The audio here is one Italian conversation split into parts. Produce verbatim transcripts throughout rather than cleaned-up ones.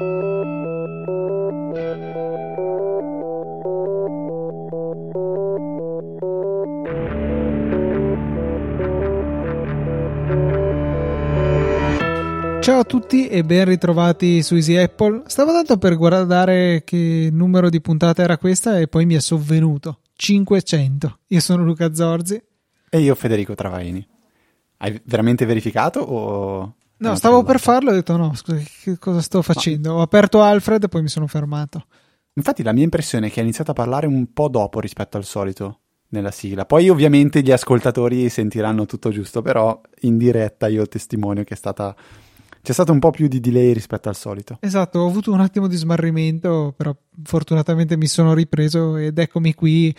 Ciao a tutti e ben ritrovati su Easy Apple. Stavo tanto per guardare che numero di puntata era questa e poi mi è sovvenuto cinquecento. Io sono Luca Zorzi e io Federico Travaini. Hai veramente verificato o... No, stavo per farlo e ho detto no, scusa, che cosa sto facendo? Ma... Ho aperto Alfred e poi mi sono fermato. Infatti la mia impressione è che ha iniziato a parlare un po' dopo rispetto al solito nella sigla. Poi ovviamente gli ascoltatori sentiranno tutto giusto, però in diretta io testimonio che è stata... C'è stato un po' più di delay rispetto al solito. Esatto, ho avuto un attimo di smarrimento, però fortunatamente mi sono ripreso ed eccomi qui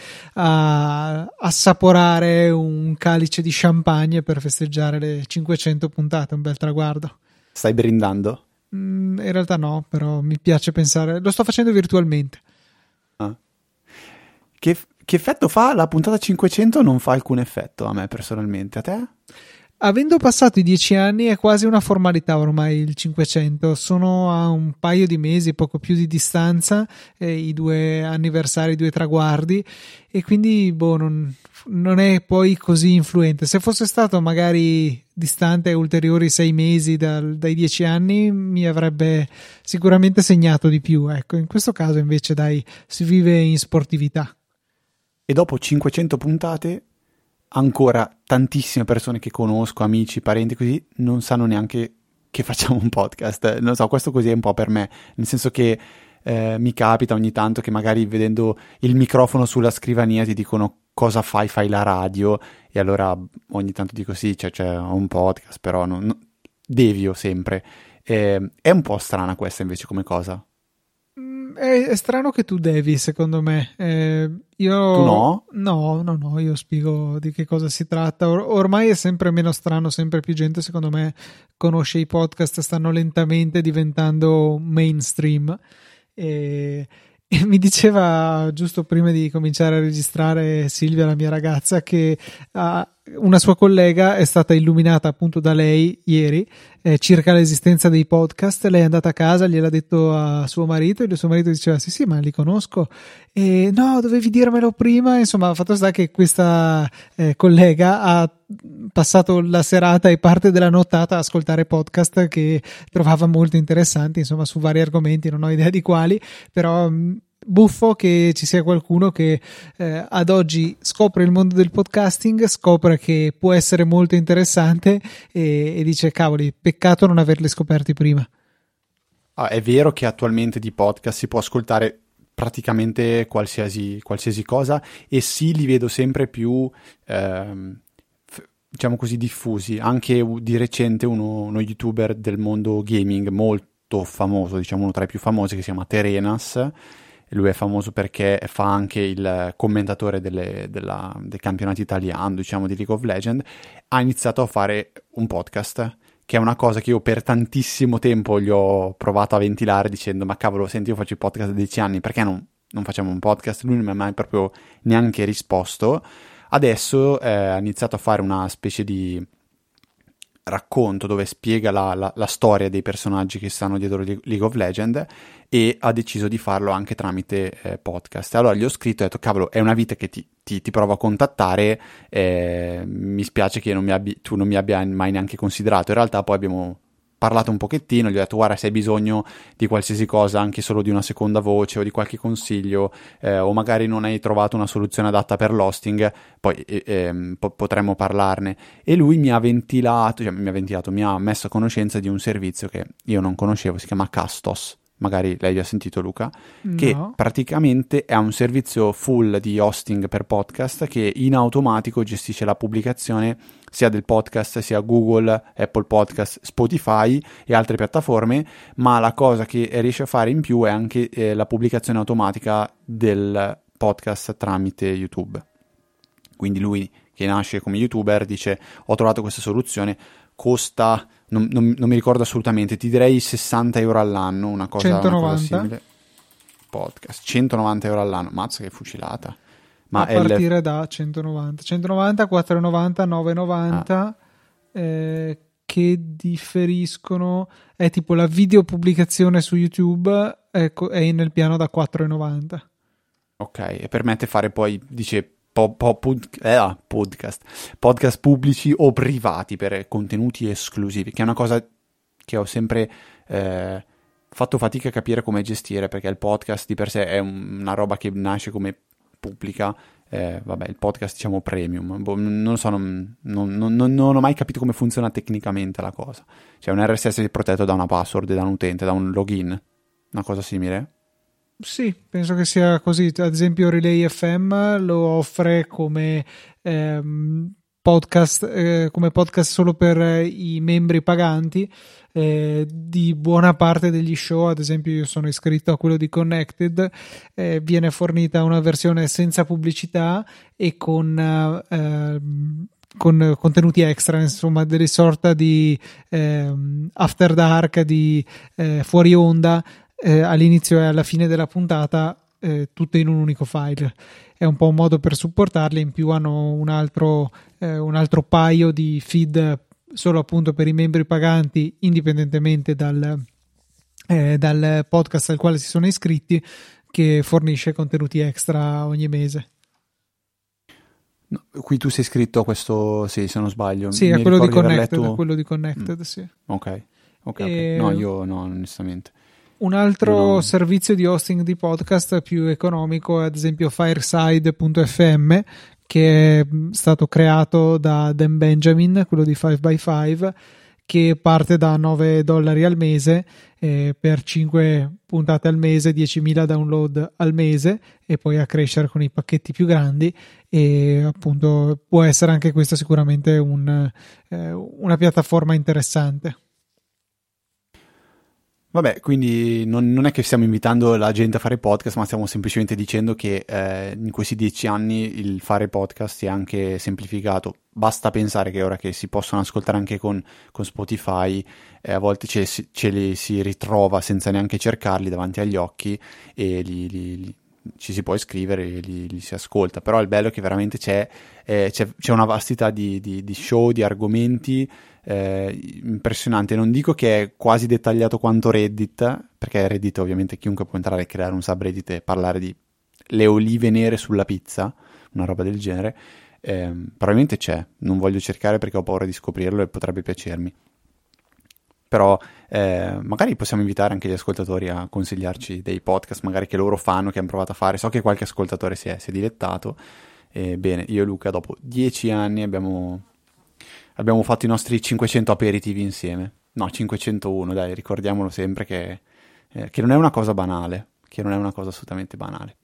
a assaporare un calice di champagne per festeggiare le cinquecento puntate, un bel traguardo. Stai brindando? Mm, in realtà no, però mi piace pensare, lo sto facendo virtualmente. Ah. Che, che effetto fa? La puntata cinquecento non fa alcun effetto a me personalmente, a te? Avendo passato i dieci anni è quasi una formalità ormai il cinquecento, sono a un paio di mesi, poco più di distanza, eh, i due anniversari, i due traguardi e quindi boh, non, non è poi così influente. Se fosse stato magari distante ulteriori sei mesi dal, dai dieci anni mi avrebbe sicuramente segnato di più, ecco, in questo caso invece dai, si vive in sportività. E dopo cinquecento puntate ancora tantissime persone che conosco, amici, parenti così, non sanno neanche che facciamo un podcast. Non so, questo così è un po' per me, nel senso che eh, mi capita ogni tanto che magari vedendo il microfono sulla scrivania ti dicono cosa fai, fai la radio, e allora ogni tanto dico sì, c'è, c'è un podcast, però non, non, devio sempre. Eh, è un po' strana questa invece come cosa. È, è strano che tu devi, secondo me. Eh, io tu no? No, no, no, io spiego di che cosa si tratta. Or- ormai è sempre meno strano, sempre più gente, secondo me, conosce i podcast, stanno lentamente diventando mainstream. E, e mi diceva giusto prima di cominciare a registrare Silvia, la mia ragazza, che uh, una sua collega è stata illuminata appunto da lei ieri eh, circa l'esistenza dei podcast. Lei è andata a casa, gliel'ha detto a suo marito e il suo marito diceva sì sì ma li conosco, e no dovevi dirmelo prima. Insomma, fatto sta che questa eh, collega ha passato la serata e parte della nottata a ascoltare podcast che trovava molto interessanti, insomma, su vari argomenti, non ho idea di quali, però mh, buffo che ci sia qualcuno che eh, ad oggi scopre il mondo del podcasting, scopre che può essere molto interessante e, e dice cavoli, peccato non averli scoperti prima. Ah, è vero che attualmente di podcast si può ascoltare praticamente qualsiasi, qualsiasi cosa, e sì, li vedo sempre più ehm, f- diciamo così diffusi. Anche di recente uno, uno youtuber del mondo gaming molto famoso, diciamo uno tra i più famosi, che si chiama Terenas. Lui è famoso perché fa anche il commentatore delle, della, dei campionati italiani, diciamo, di League of Legends. Ha iniziato a fare un podcast, che è una cosa che io per tantissimo tempo gli ho provato a ventilare dicendo ma cavolo, senti, io faccio il podcast da dieci anni, perché non, non facciamo un podcast? Lui non mi ha mai proprio neanche risposto. Adesso eh, ha iniziato a fare una specie di racconto dove spiega la, la, la storia dei personaggi che stanno dietro League of Legends, e ha deciso di farlo anche tramite eh, podcast. Allora gli ho scritto e ho detto cavolo, è una vita che ti, ti, ti provo a contattare, eh, mi spiace che non mi abbi, tu non mi abbia mai neanche considerato. In realtà poi abbiamo parlato un pochettino, gli ho detto guarda, se hai bisogno di qualsiasi cosa, anche solo di una seconda voce o di qualche consiglio, eh, o magari non hai trovato una soluzione adatta per l'hosting, poi eh, eh, po- potremmo parlarne. E lui mi ha ventilato, cioè mi ha ventilato, mi ha messo a conoscenza di un servizio che io non conoscevo, si chiama Castos. Magari l'hai già sentito, Luca, No. Che praticamente è un servizio full di hosting per podcast che in automatico gestisce la pubblicazione sia del podcast, sia Google, Apple Podcast, Spotify e altre piattaforme, ma la cosa che riesce a fare in più è anche eh, la pubblicazione automatica del podcast tramite YouTube. Quindi lui, che nasce come youtuber, dice ho trovato questa soluzione, costa, non, non, non mi ricordo assolutamente, ti direi sessanta euro all'anno, una cosa, centonovanta una cosa simile. Podcast, centonovanta euro all'anno, mazza che fucilata. Ma a partire il... da centonovanta, centonovanta, quattrocentonovanta, novecentonovanta, ah. eh, che differiscono è tipo la videopubblicazione su YouTube è, è nel piano da quattro e novanta. Ok, e permette fare poi, dice, po, po, pod, eh, podcast, podcast pubblici o privati per contenuti esclusivi, che è una cosa che ho sempre eh, fatto fatica a capire come gestire, perché il podcast di per sé è un, una roba che nasce come pubblica, eh, vabbè, il podcast diciamo premium, boh, non lo so, non, non, non, non ho mai capito come funziona tecnicamente la cosa, cioè un R S S protetto da una password, da un utente, da un login, una cosa simile? Sì, penso che sia così. Ad esempio Relay F M lo offre come ehm, podcast, eh, come podcast solo per eh, i membri paganti eh, di buona parte degli show. Ad esempio io sono iscritto a quello di Connected, eh, viene fornita una versione senza pubblicità e con eh, con contenuti extra, insomma delle sorta di eh, after dark, di eh, fuori onda eh, all'inizio e alla fine della puntata, eh, tutte in un unico file. È un po' un modo per supportarli. In più hanno un altro, eh, un altro paio di feed solo appunto per i membri paganti, indipendentemente dal, eh, dal podcast al quale si sono iscritti, che fornisce contenuti extra ogni mese. No, qui tu sei iscritto a questo, sì, se non sbaglio. Sì, Mi a quello di ricordo di aver Connected, letto- a quello di Connected, sì. Ok, ok, ok. E- No, io no, onestamente. Un altro Non ho- servizio di hosting di podcast più economico è ad esempio Fireside punto effe emme, che è stato creato da Dan Benjamin, quello di five by five, che parte da nove dollari al mese eh, per cinque puntate al mese, diecimila download al mese, e poi a crescere con i pacchetti più grandi. E appunto può essere anche questa sicuramente un, eh, una piattaforma interessante. Vabbè, quindi non, non è che stiamo invitando la gente a fare podcast, ma stiamo semplicemente dicendo che eh, in questi dieci anni il fare podcast si è anche semplificato. Basta pensare che ora che si possono ascoltare anche con, con Spotify, eh, a volte ce, ce li si ritrova senza neanche cercarli davanti agli occhi e li, li, li, ci si può iscrivere e li, li si ascolta. Però il bello è che veramente c'è, eh, c'è, c'è una vastità di, di, di show, di argomenti, Eh, impressionante. Non dico che è quasi dettagliato quanto Reddit, perché Reddit ovviamente chiunque può entrare e creare un subreddit e parlare di le olive nere sulla pizza, una roba del genere. Eh, probabilmente c'è, non voglio cercare perché ho paura di scoprirlo e potrebbe piacermi, però eh, magari possiamo invitare anche gli ascoltatori a consigliarci dei podcast magari che loro fanno, che hanno provato a fare. So che qualche ascoltatore si è, si è dilettato. Eh, bene, io e Luca dopo dieci anni abbiamo Abbiamo fatto i nostri cinquecento aperitivi insieme. No, cinquecentouno, dai, ricordiamolo sempre che, eh, che non è una cosa banale, che non è una cosa assolutamente banale.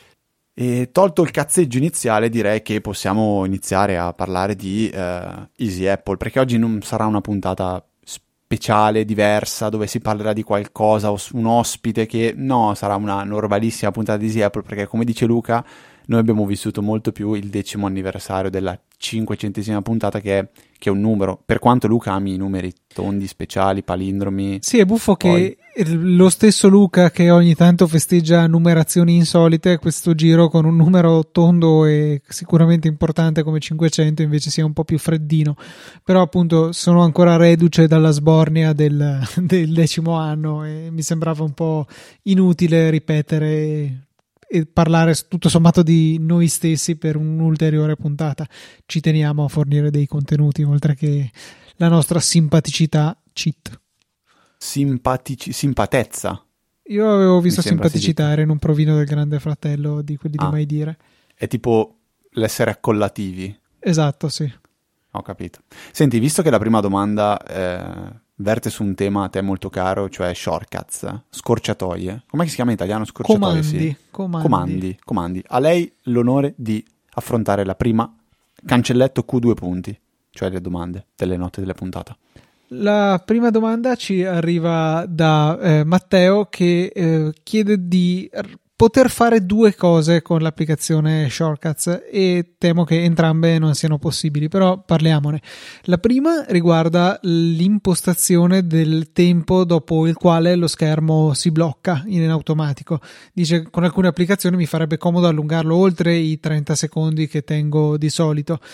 E tolto il cazzeggio iniziale, direi che possiamo iniziare a parlare di uh, Easy Apple, perché oggi non sarà una puntata speciale, diversa, dove si parlerà di qualcosa, o un ospite che... No, sarà una normalissima puntata di Easy Apple, perché come dice Luca, noi abbiamo vissuto molto più il decimo anniversario della cinquecentesima puntata, che è, che è un numero. Per quanto Luca ami i numeri tondi, speciali, palindromi... Sì, è buffo poi... che lo stesso Luca, che ogni tanto festeggia numerazioni insolite, questo giro con un numero tondo e sicuramente importante come cinquecento invece sia un po' più freddino. Però appunto sono ancora reduce dalla sbornia del, del decimo anno e mi sembrava un po' inutile ripetere e parlare tutto sommato di noi stessi per un'ulteriore puntata. Ci teniamo a fornire dei contenuti oltre che la nostra simpaticità cheat. Simpatici... simpatezza. Io avevo visto Mi sembra simpaticità, era in un provino del Grande Fratello di quelli Ah. di Mai Dire. È tipo l'essere accollativi. Esatto, sì. Ho capito. Senti, visto che la prima domanda eh, verte su un tema a te molto caro, cioè shortcuts, scorciatoie. Com'è che si chiama in italiano? Scorciatoie, Comandi, sì. comandi. Comandi, comandi. A lei l'onore di affrontare la prima cancelletto Q due punti, cioè le domande delle note della puntata. La prima domanda ci arriva da eh, Matteo, che eh, chiede di r- poter fare due cose con l'applicazione Shortcuts e temo che entrambe non siano possibili, però parliamone. La prima riguarda l'impostazione del tempo dopo il quale lo schermo si blocca in automatico. Dice: con alcune applicazioni mi farebbe comodo allungarlo oltre i trenta secondi che tengo di solito.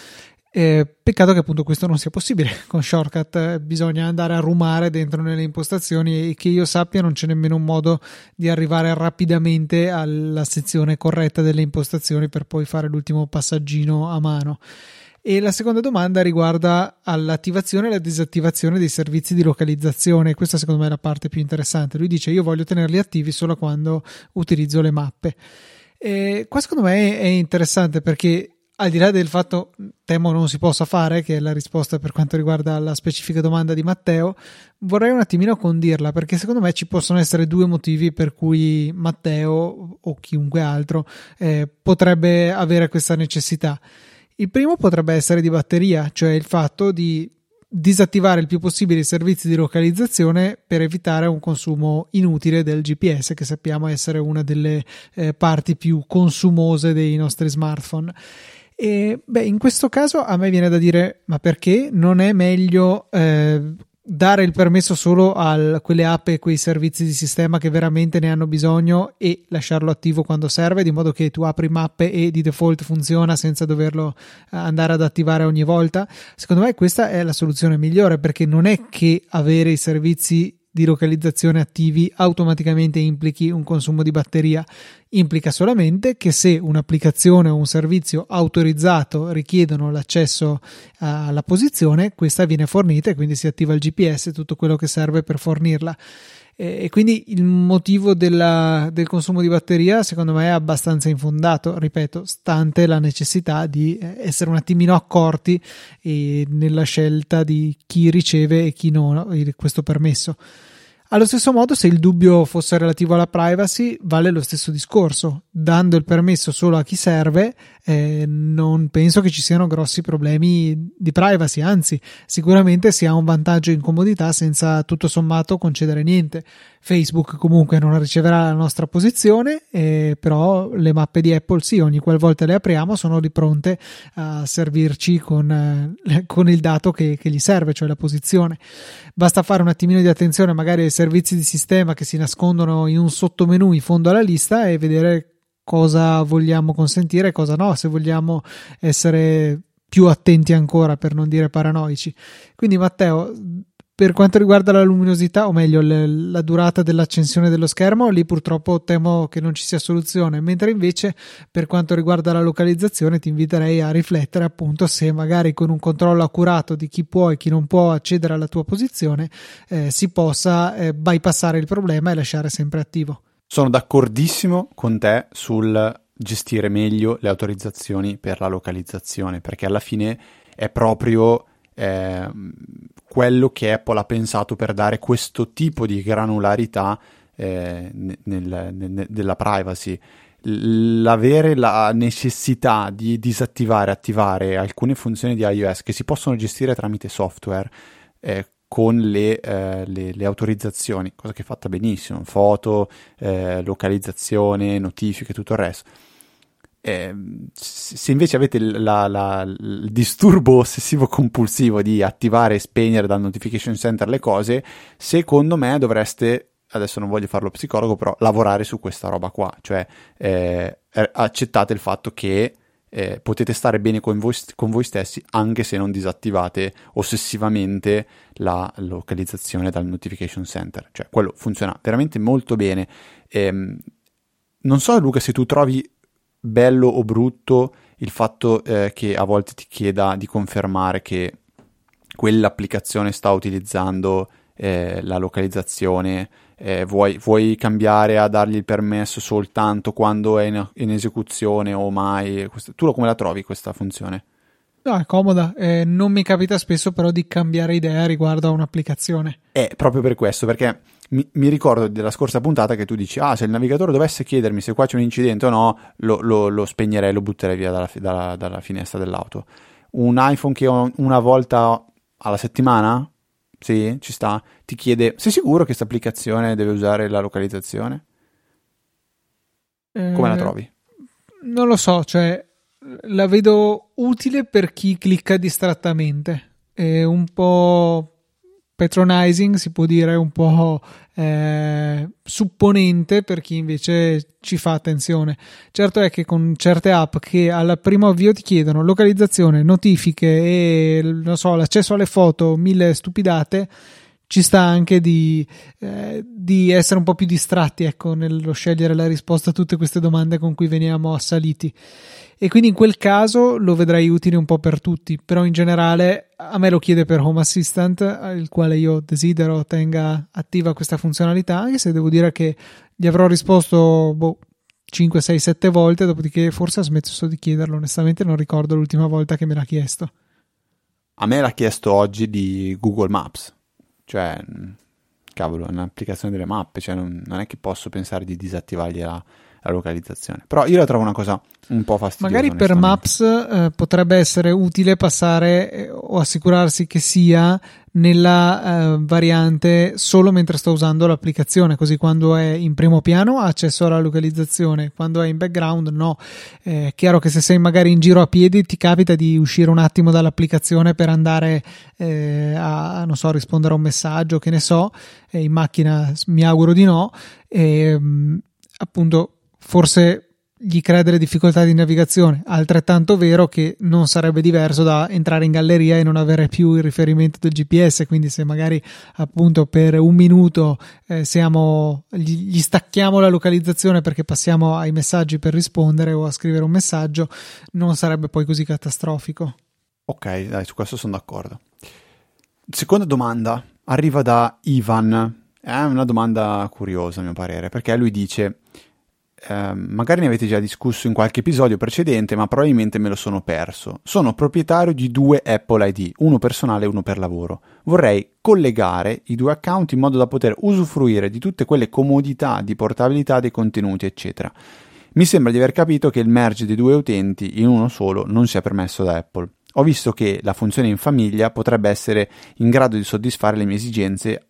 Eh, peccato che appunto questo non sia possibile con Shortcut, eh, bisogna andare a rumare dentro nelle impostazioni e che io sappia non c'è nemmeno un modo di arrivare rapidamente alla sezione corretta delle impostazioni per poi fare l'ultimo passaggino a mano. E la seconda domanda riguarda all'attivazione e la disattivazione dei servizi di localizzazione. Questa secondo me è la parte più interessante. Lui dice: io voglio tenerli attivi solo quando utilizzo le mappe. E qua secondo me è interessante perché, al di là del fatto temo non si possa fare, che è la risposta per quanto riguarda la specifica domanda di Matteo, vorrei un attimino condirla, perché secondo me ci possono essere due motivi per cui Matteo o chiunque altro eh, potrebbe avere questa necessità. Il primo potrebbe essere di batteria, cioè il fatto di disattivare il più possibile i servizi di localizzazione per evitare un consumo inutile del G P S, che sappiamo essere una delle eh, parti più consumose dei nostri smartphone. E beh, in questo caso a me viene da dire: ma perché non è meglio eh, dare il permesso solo a quelle app e quei servizi di sistema che veramente ne hanno bisogno e lasciarlo attivo quando serve, di modo che tu apri mappe e di default funziona senza doverlo andare ad attivare ogni volta? Secondo me questa è la soluzione migliore, perché non è che avere i servizi di localizzazione attivi automaticamente implichi un consumo di batteria. Implica solamente che se un'applicazione o un servizio autorizzato richiedono l'accesso alla posizione, questa viene fornita e quindi si attiva il G P S e tutto quello che serve per fornirla. E quindi il motivo della, del consumo di batteria secondo me è abbastanza infondato, ripeto, stante la necessità di essere un attimino accorti nella scelta di chi riceve e chi no questo permesso. Allo stesso modo, se il dubbio fosse relativo alla privacy, vale lo stesso discorso. Dando il permesso solo a chi serve, eh, non penso che ci siano grossi problemi di privacy, anzi, sicuramente si ha un vantaggio in comodità senza tutto sommato concedere niente. Facebook comunque non riceverà la nostra posizione, eh, però le mappe di Apple sì, ogni qualvolta le apriamo sono lì pronte a servirci con, eh, con il dato che, che gli serve, cioè la posizione. Basta fare un attimino di attenzione magari ai servizi di sistema che si nascondono in un sottomenu in fondo alla lista e vedere cosa vogliamo consentire e cosa no, se vogliamo essere più attenti ancora, per non dire paranoici. Quindi Matteo, per quanto riguarda la luminosità, o meglio le, la durata dell'accensione dello schermo, lì purtroppo temo che non ci sia soluzione, mentre invece per quanto riguarda la localizzazione ti inviterei a riflettere appunto se magari con un controllo accurato di chi può e chi non può accedere alla tua posizione eh, si possa eh, bypassare il problema e lasciare sempre attivo. Sono d'accordissimo con te sul gestire meglio le autorizzazioni per la localizzazione, perché alla fine è proprio eh, quello che Apple ha pensato per dare questo tipo di granularità eh, nel, nel, della privacy. L'avere la necessità di disattivare e attivare alcune funzioni di iOS che si possono gestire tramite software eh, con le, eh, le, le autorizzazioni, cosa che è fatta benissimo, foto, eh, localizzazione, notifiche, tutto il resto. Eh, se invece avete la, la, il disturbo ossessivo compulsivo di attivare e spegnere dal notification center le cose, secondo me dovreste, adesso non voglio farlo psicologo, però lavorare su questa roba qua, cioè eh, accettate il fatto che Eh, potete stare bene con voi, con voi stessi anche se non disattivate ossessivamente la localizzazione dal notification center, cioè quello funziona veramente molto bene. Ehm, non so Luca se tu trovi bello o brutto il fatto eh, che a volte ti chieda di confermare che quell'applicazione sta utilizzando eh, la localizzazione. Eh, vuoi, vuoi cambiare a dargli il permesso soltanto quando è in, in esecuzione o mai? Tu come la trovi questa funzione? No, è comoda. Eh, non mi capita spesso però di cambiare idea riguardo a un'applicazione. È proprio per questo, perché mi, mi ricordo della scorsa puntata che tu dici: ah, se il navigatore dovesse chiedermi se qua c'è un incidente o no, lo, lo, lo spegnerei, lo butterei via dalla, dalla, dalla finestra dell'auto. Un iPhone che ho una volta alla settimana? Sì, ci sta. Ti chiede: sei sicuro che questa applicazione deve usare la localizzazione? Come Eh, la trovi? Non lo so, cioè la vedo utile per chi clicca distrattamente. È un po' patronizing, si può dire un po' eh, supponente per chi invece ci fa attenzione. Certo è che con certe app che al primo avvio ti chiedono localizzazione, notifiche e non so, l'accesso alle foto, mille stupidate, ci sta anche di, eh, di essere un po' più distratti, ecco, nello scegliere la risposta a tutte queste domande con cui veniamo assaliti. E quindi in quel caso lo vedrei utile un po' per tutti, però in generale a me lo chiede per Home Assistant, il quale io desidero tenga attiva questa funzionalità, anche se devo dire che gli avrò risposto boh, cinque, sei, sette volte, dopodiché forse ha smesso di chiederlo, onestamente non ricordo l'ultima volta che me l'ha chiesto. A me l'ha chiesto oggi di Google Maps, cioè cavolo, è un'applicazione delle mappe, cioè non, non è che posso pensare di disattivargli la la localizzazione, però io la trovo una cosa un po' fastidiosa. Magari per Maps eh, potrebbe essere utile passare eh, o assicurarsi che sia nella eh, variante solo mentre sto usando l'applicazione, così quando è in primo piano ha accesso alla localizzazione, quando è in background no. È chiaro che se sei magari in giro a piedi ti capita di uscire un attimo dall'applicazione per andare eh, a non so rispondere a un messaggio, che ne so, eh, in macchina mi auguro di no, e mh, appunto forse gli crea delle difficoltà di navigazione, altrettanto vero che non sarebbe diverso da entrare in galleria e non avere più il riferimento del G P S, quindi se magari appunto per un minuto eh, siamo, gli, gli stacchiamo la localizzazione perché passiamo ai messaggi per rispondere o a scrivere un messaggio, non sarebbe poi così catastrofico. Ok, dai, su questo sono d'accordo. Seconda domanda arriva da Ivan, è una domanda curiosa a mio parere, perché lui dice Uh, magari ne avete già discusso in qualche episodio precedente, ma probabilmente me lo sono perso. Sono proprietario di due Apple I D, uno personale e uno per lavoro. Vorrei collegare i due account in modo da poter usufruire di tutte quelle comodità di portabilità dei contenuti, eccetera. Mi sembra di aver capito che il merge dei due utenti in uno solo non sia permesso da Apple. Ho visto che la funzione in famiglia potrebbe essere in grado di soddisfare le mie esigenze.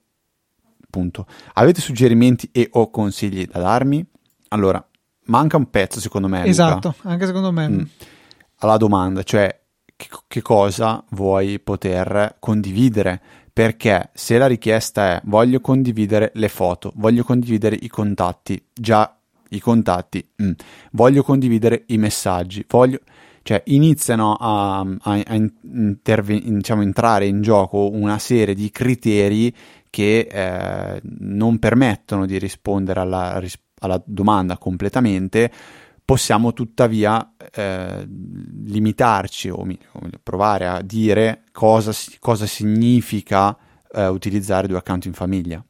Punto. Avete suggerimenti e o consigli da darmi? Allora, manca un pezzo secondo me, Luca. Esatto, anche secondo me. Mm. Alla domanda, cioè che, che cosa vuoi poter condividere? Perché se la richiesta è voglio condividere le foto, voglio condividere i contatti, già i contatti, mm. voglio condividere i messaggi, voglio... cioè iniziano a, a, a interve- diciamo, entrare in gioco una serie di criteri che eh, non permettono di rispondere alla risposta alla domanda completamente. Possiamo tuttavia eh, limitarci o, o provare a dire cosa, cosa significa eh, utilizzare due account in famiglia.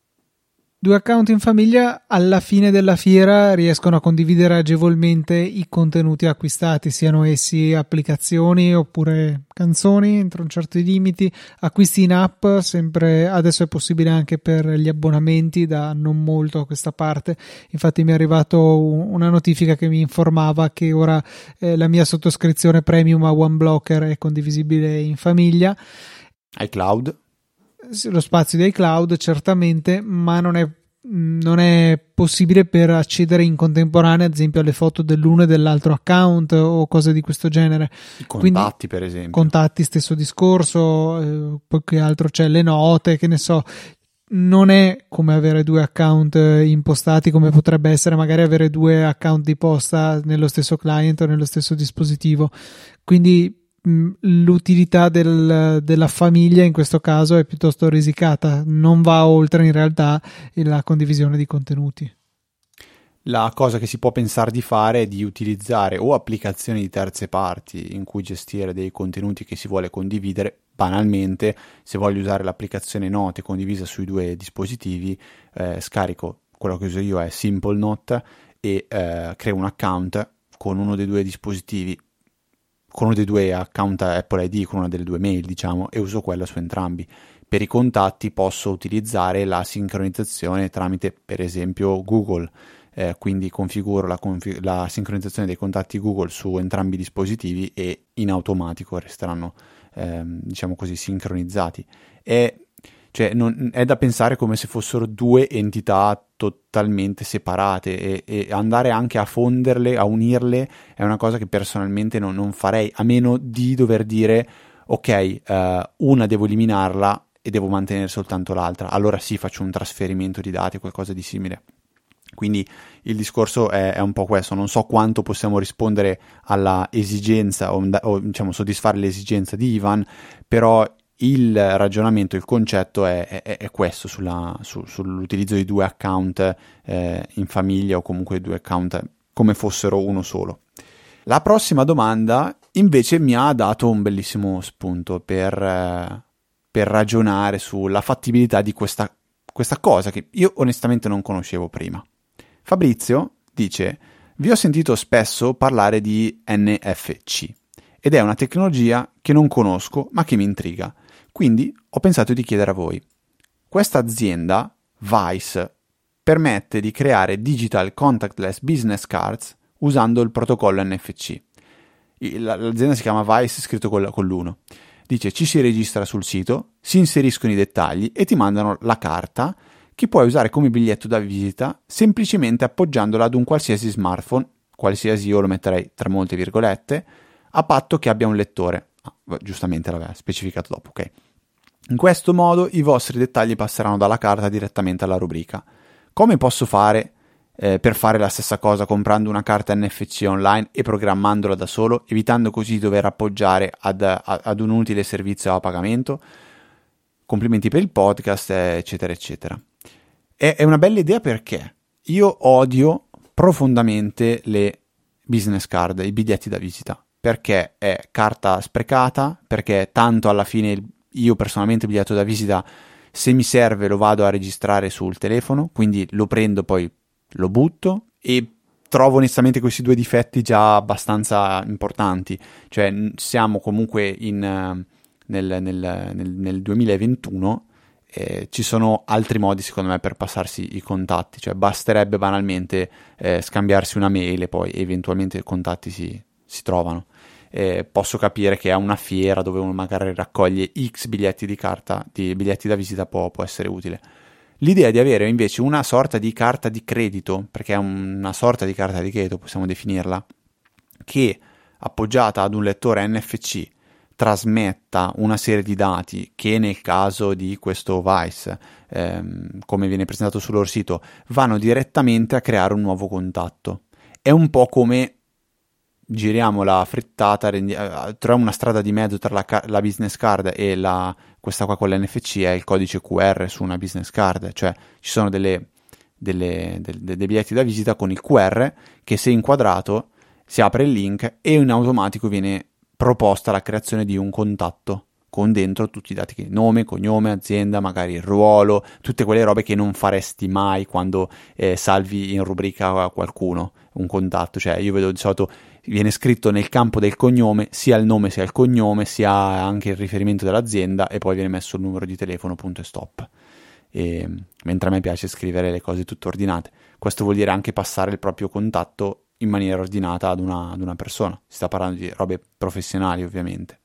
Due account in famiglia alla fine della fiera riescono a condividere agevolmente i contenuti acquistati, siano essi applicazioni oppure canzoni entro un certo limiti, acquisti in app, sempre adesso è possibile anche per gli abbonamenti da non molto a questa parte. Infatti mi è arrivato una notifica che mi informava che ora eh, la mia sottoscrizione premium a OneBlocker è condivisibile in famiglia. iCloud? Lo spazio di iCloud certamente, ma non è, non è possibile per accedere in contemporanea ad esempio alle foto dell'uno e dell'altro account o cose di questo genere. I contatti. Quindi, per esempio contatti stesso discorso, eh, poi che altro c'è, le note, che ne so. Non è come avere due account impostati, come potrebbe essere magari avere due account di posta nello stesso client o nello stesso dispositivo, quindi l'utilità del, della famiglia in questo caso è piuttosto risicata, non va oltre in realtà la condivisione di contenuti. La cosa che si può pensare di fare è di utilizzare o applicazioni di terze parti in cui gestire dei contenuti che si vuole condividere. Banalmente, se voglio usare l'applicazione Note condivisa sui due dispositivi, eh, scarico quello che uso io è Simple Note e eh, creo un account con uno dei due dispositivi, con uno dei due account Apple I D, con una delle due mail, diciamo, e uso quella su entrambi. Per i contatti posso utilizzare la sincronizzazione tramite, per esempio, Google, eh, quindi configuro la, config- la sincronizzazione dei contatti Google su entrambi i dispositivi e in automatico resteranno, ehm, diciamo così, sincronizzati. E cioè non, è da pensare come se fossero due entità totalmente separate e, e andare anche a fonderle, a unirle è una cosa che personalmente non, non farei, a meno di dover dire ok, uh, una devo eliminarla e devo mantenere soltanto l'altra, allora sì, faccio un trasferimento di dati o qualcosa di simile. Quindi il discorso è, è un po' questo, non so quanto possiamo rispondere alla esigenza o, o diciamo soddisfare l'esigenza di Ivan, però il ragionamento, il concetto è, è, è questo sulla, su, sull'utilizzo di due account eh, in famiglia o comunque due account come fossero uno solo. La prossima domanda invece mi ha dato un bellissimo spunto per, eh, per ragionare sulla fattibilità di questa, questa cosa che io onestamente non conoscevo prima. Fabrizio dice: vi ho sentito spesso parlare di N F C ed è una tecnologia che non conosco ma che mi intriga, quindi ho pensato di chiedere a voi. Questa azienda, Wise, permette di creare digital contactless business cards usando il protocollo N F C. L'azienda si chiama Wise, scritto con, con l'uno. Dice: ci si registra sul sito, si inseriscono i dettagli e ti mandano la carta che puoi usare come biglietto da visita semplicemente appoggiandola ad un qualsiasi smartphone, qualsiasi io lo metterei tra molte virgolette, a patto che abbia un lettore. Ah, giustamente l'aveva specificato dopo, ok. In questo modo i vostri dettagli passeranno dalla carta direttamente alla rubrica. Come posso fare eh, per fare la stessa cosa comprando una carta N F C online e programmandola da solo, evitando così di dover appoggiare ad, a, ad un utile servizio a pagamento? Complimenti per il podcast, eccetera, eccetera. È, è una bella idea perché io odio profondamente le business card, i biglietti da visita, perché è carta sprecata, perché tanto alla fine il, io personalmente il biglietto da visita, se mi serve lo vado a registrare sul telefono, quindi lo prendo, poi lo butto, e trovo onestamente questi due difetti già abbastanza importanti. Cioè siamo comunque in, uh, nel, nel, nel, nel duemilaventuno, eh, ci sono altri modi secondo me per passarsi i contatti, cioè basterebbe banalmente eh, scambiarsi una mail e poi eventualmente i contatti si, si trovano. Eh, posso capire che a una fiera dove uno magari raccoglie X biglietti di carta, di biglietti da visita può, può essere utile. L'idea di avere invece una sorta di carta di credito, perché è una sorta di carta di credito, possiamo definirla, che appoggiata ad un lettore N F C trasmetta una serie di dati che nel caso di questo Wise, ehm, come viene presentato sul loro sito, vanno direttamente a creare un nuovo contatto. È un po' come giriamo la frittata, rendi- eh, troviamo una strada di mezzo tra la, ca- la business card e la, questa qua con l'N F C, è il codice Q R su una business card, cioè ci sono delle, delle, del- dei biglietti da visita con il Q R che, se inquadrato, si apre il link e in automatico viene proposta la creazione di un contatto con dentro tutti i dati, che nome, cognome, azienda, magari il ruolo, tutte quelle robe che non faresti mai quando eh, salvi in rubrica qualcuno, un contatto. Cioè io vedo di solito viene scritto nel campo del cognome sia il nome sia il cognome sia anche il riferimento dell'azienda e poi viene messo il numero di telefono, punto e stop. E, mentre a me piace scrivere le cose tutte ordinate, questo vuol dire anche passare il proprio contatto in maniera ordinata ad una, ad una persona. Si sta parlando di robe professionali, ovviamente.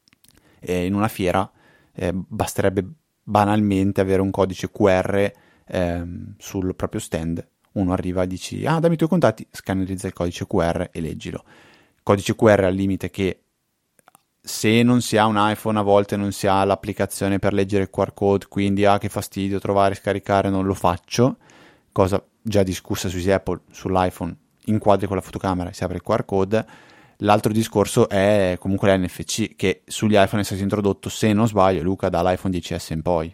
E in una fiera eh, basterebbe banalmente avere un codice Q R ehm, sul proprio stand. Uno arriva e dici: ah, dammi i tuoi contatti, scannerizza il codice Q R e leggilo. Codice Q R al limite che, se non si ha un iPhone, a volte non si ha l'applicazione per leggere il Q R code, quindi ah, che fastidio trovare, scaricare, non lo faccio, cosa già discussa su Apple. Sull'iPhone inquadri con la fotocamera, si apre il Q R code. L'altro discorso è comunque l'N F C, che sugli iPhone è stato introdotto, se non sbaglio, Luca, dall'iPhone dieci S in poi.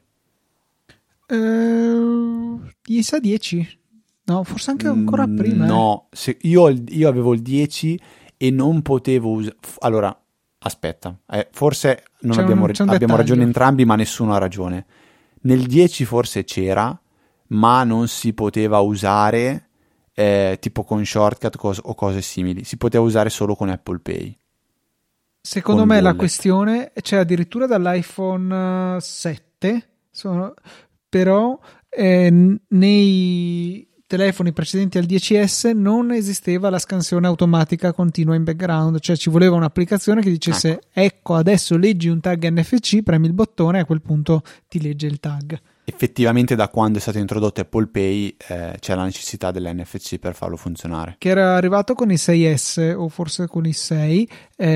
Uh, dieci a dieci? No, forse anche ancora Mm, prima. No, eh. se io, io avevo il dieci e non potevo usare... Allora, aspetta, eh, forse non C'è abbiamo, un- c'è un abbiamo dettaglio. ragione entrambi, ma nessuno ha ragione. Nel dieci forse c'era, ma non si poteva usare eh, tipo con shortcut cos- o cose simili. Si poteva usare solo con Apple Pay. Secondo con me la Wallet. questione c'è addirittura dall'iPhone sette, sono- però eh, n- nei telefoni precedenti al dieci S non esisteva la scansione automatica continua in background, cioè ci voleva un'applicazione che dicesse ecco, adesso leggi un tag N F C, premi il bottone e a quel punto ti legge il tag. Effettivamente da quando è stato introdotto Apple Pay eh, c'è la necessità dell'N F C per farlo funzionare. Che era arrivato con i sei S o forse con i sei, eh,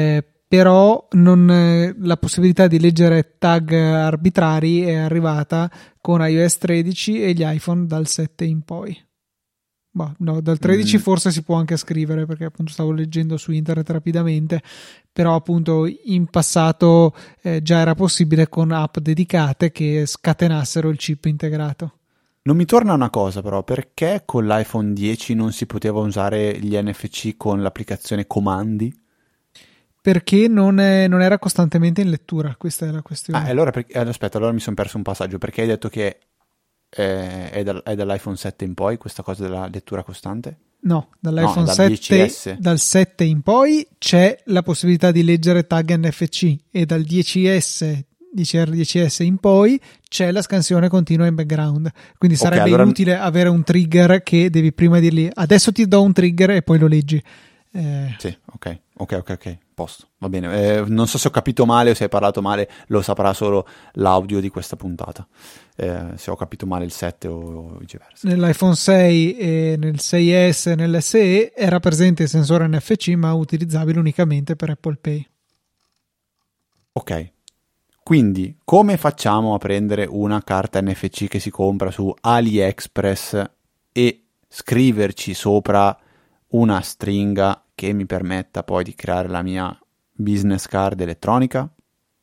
però non, eh, la possibilità di leggere tag arbitrari è arrivata con iOS tredici e gli iPhone dal sette in poi. Bah, no, dal tredici mm. forse si può anche scrivere, perché appunto stavo leggendo su internet rapidamente, però appunto in passato eh, già era possibile con app dedicate che scatenassero il chip integrato. Non mi torna una cosa però, perché con l'iPhone dieci non si poteva usare gli N F C con l'applicazione Comandi? Perché non, è, non era costantemente in lettura, questa è la questione. Ah, allora, perché, aspetta, allora mi sono perso un passaggio, perché hai detto che eh, è, dal, è dall'iPhone sette in poi questa cosa della lettura costante? No, dall'iPhone no, dal sette, dal sette in poi c'è la possibilità di leggere tag N F C e dal dieci S, dieci R dieci S in poi c'è la scansione continua in background, quindi sarebbe okay, allora... inutile avere un trigger che devi prima dirgli adesso ti do un trigger e poi lo leggi. Eh... Sì, ok, ok, ok, ok, posto, va bene. Eh, non so se ho capito male o se hai parlato male, lo saprà solo l'audio di questa puntata. Eh, se ho capito male il sette o viceversa. Nell'iPhone sei e nel sei S e nell'S E era presente il sensore N F C, ma utilizzabile unicamente per Apple Pay. Ok, quindi come facciamo a prendere una carta N F C che si compra su AliExpress e scriverci sopra una stringa che mi permetta poi di creare la mia business card elettronica?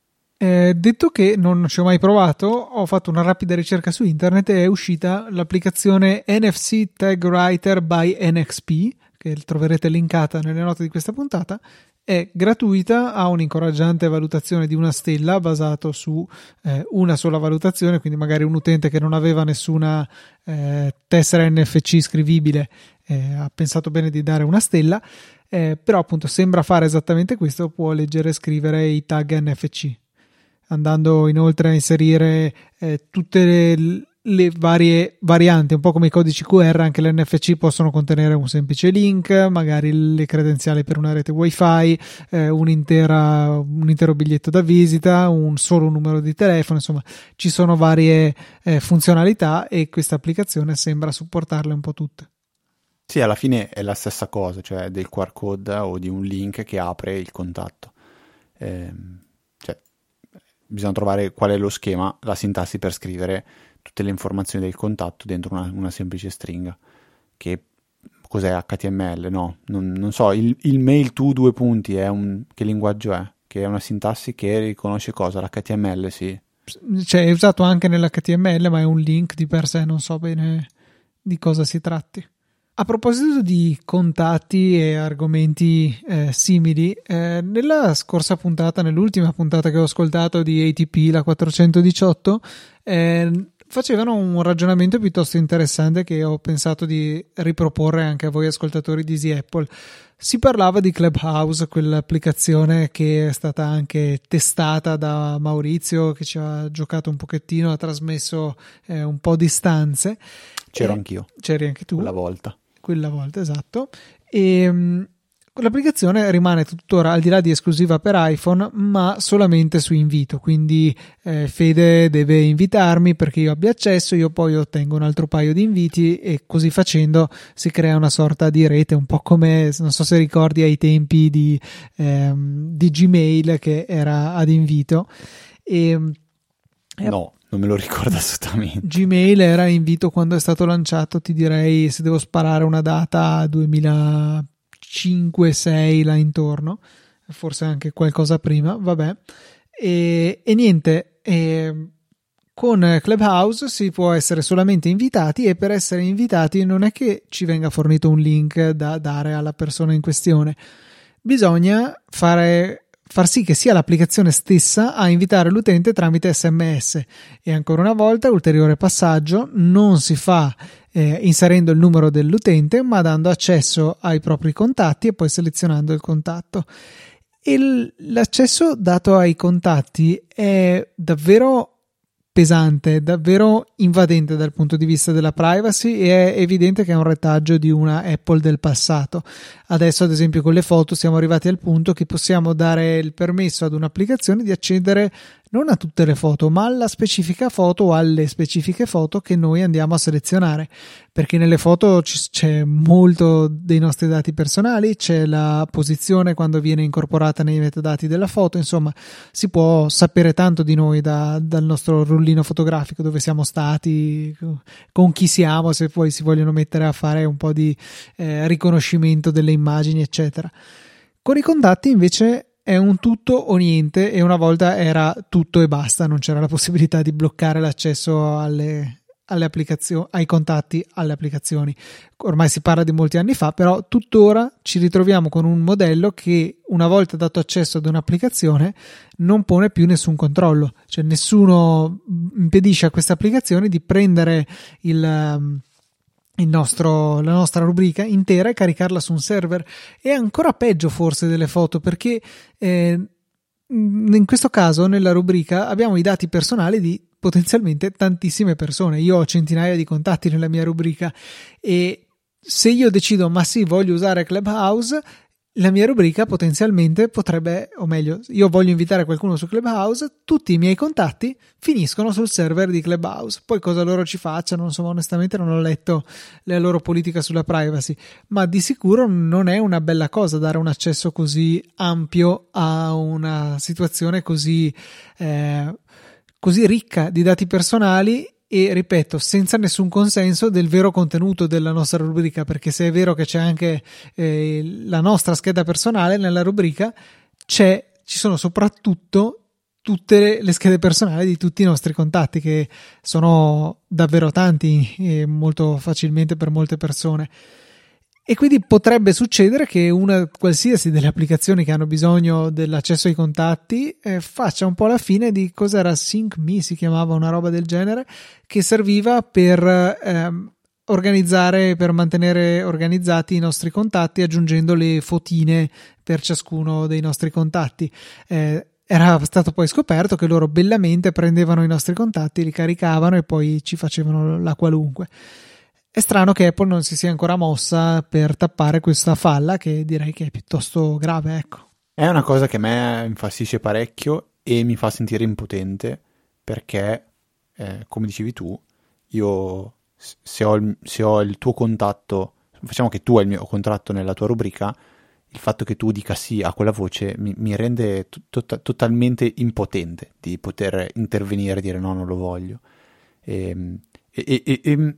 Eh, detto che non ci ho mai provato, ho fatto una rapida ricerca su internet e è uscita l'applicazione N F C Tag Writer by N X P, che troverete linkata nelle note di questa puntata. È gratuita, ha un'incoraggiante valutazione di una stella basato su eh, una sola valutazione, quindi magari un utente che non aveva nessuna eh, tessera N F C scrivibile eh, ha pensato bene di dare una stella, eh, però appunto sembra fare esattamente questo, può leggere e scrivere i tag N F C, andando inoltre a inserire eh, tutte le, le varie varianti, un po' come i codici Q R. Anche le N F C possono contenere un semplice link, magari le credenziali per una rete wifi, eh, un'intera, un intero biglietto da visita, un solo numero di telefono, insomma ci sono varie eh, funzionalità e questa applicazione sembra supportarle un po' tutte. Sì, alla fine è la stessa cosa, cioè del Q R code o di un link che apre il contatto. Ehm, cioè, bisogna trovare qual è lo schema, la sintassi per scrivere tutte le informazioni del contatto dentro una, una semplice stringa. Che cos'è H T M L? No, non, non so, il, il mail to due punti è un, che linguaggio è? Che è una sintassi che riconosce cosa? L'H T M L, sì. Cioè è usato anche nell'H T M L, ma è un link di per sé, non so bene di cosa si tratti. A proposito di contatti e argomenti eh, simili, eh, nella scorsa puntata, nell'ultima puntata che ho ascoltato di A T P, la quattrocentodiciotto, eh, facevano un ragionamento piuttosto interessante che ho pensato di riproporre anche a voi ascoltatori di Easy Apple. Si parlava di Clubhouse, quell'applicazione che è stata anche testata da Maurizio, che ci ha giocato un pochettino, ha trasmesso eh, un po' di stanze. C'ero eh, anch'io. C'eri anche tu. Quella volta. Quella volta, esatto. E um, l'applicazione rimane tuttora, al di là di esclusiva per iPhone, ma solamente su invito, quindi eh, Fede deve invitarmi perché io abbia accesso, io poi ottengo un altro paio di inviti e così facendo si crea una sorta di rete, un po' come, non so se ricordi ai tempi di, ehm, di Gmail che era ad invito. E, no. Non me lo ricordo assolutamente. Gmail era invito quando è stato lanciato, ti direi, se devo sparare una data, duemilacinque sei là intorno, forse anche qualcosa prima, vabbè. E, e niente, e con Clubhouse si può essere solamente invitati e per essere invitati non è che ci venga fornito un link da dare alla persona in questione, bisogna fare... far sì che sia l'applicazione stessa a invitare l'utente tramite S M S. E ancora una volta, ulteriore passaggio, non si fa eh, inserendo il numero dell'utente, ma dando accesso ai propri contatti e poi selezionando il contatto. E l- l'accesso dato ai contatti è davvero pesante, davvero invadente dal punto di vista della privacy e è evidente che è un retaggio di una Apple del passato. Adesso ad esempio con le foto siamo arrivati al punto che possiamo dare il permesso ad un'applicazione di accedere non a tutte le foto, ma alla specifica foto o alle specifiche foto che noi andiamo a selezionare, perché nelle foto c- c'è molto dei nostri dati personali, c'è la posizione quando viene incorporata nei metadati della foto, insomma si può sapere tanto di noi da, dal nostro rullino fotografico, dove siamo stati, con chi siamo, se poi si vogliono mettere a fare un po' di eh, riconoscimento delle immagini, eccetera. Con i contatti invece è un tutto o niente, e una volta era tutto e basta, non c'era la possibilità di bloccare l'accesso alle, alle applicazioni, ai contatti, alle applicazioni. Ormai si parla di molti anni fa, però tuttora ci ritroviamo con un modello che, una volta dato accesso ad un'applicazione, non pone più nessun controllo, cioè nessuno impedisce a queste applicazioni di prendere il il nostro, la nostra rubrica intera e caricarla su un server. È ancora peggio forse delle foto, perché eh, in questo caso nella rubrica abbiamo i dati personali di potenzialmente tantissime persone. Io ho centinaia di contatti nella mia rubrica, e se io decido ma sì, voglio usare Clubhouse, la mia rubrica potenzialmente potrebbe, o meglio, io voglio invitare qualcuno su Clubhouse, tutti i miei contatti finiscono sul server di Clubhouse. Poi cosa loro ci facciano, insomma, onestamente non ho letto la loro politica sulla privacy, ma di sicuro non è una bella cosa dare un accesso così ampio a una situazione così, eh, così ricca di dati personali. E ripeto, senza nessun consenso del vero contenuto della nostra rubrica, perché se è vero che c'è anche eh, la nostra scheda personale nella rubrica, c'è, ci sono soprattutto tutte le schede personali di tutti i nostri contatti, che sono davvero tanti e molto facilmente per molte persone. E quindi potrebbe succedere che una qualsiasi delle applicazioni che hanno bisogno dell'accesso ai contatti eh, faccia un po' la fine di cos'era SyncMe, si chiamava, una roba del genere, che serviva per ehm, organizzare, per mantenere organizzati i nostri contatti, aggiungendo le fotine per ciascuno dei nostri contatti. Eh, era stato poi scoperto che loro bellamente prendevano i nostri contatti, li caricavano e poi ci facevano la qualunque. È strano che Apple non si sia ancora mossa per tappare questa falla, che direi che è piuttosto grave, ecco. È una cosa che a me infastidisce parecchio e mi fa sentire impotente, perché, eh, come dicevi tu, io se ho, il, se ho il tuo contatto, facciamo che tu hai il mio contatto nella tua rubrica, il fatto che tu dica sì a quella voce mi, mi rende to- to- totalmente impotente di poter intervenire e dire no, non lo voglio. E, e, e, e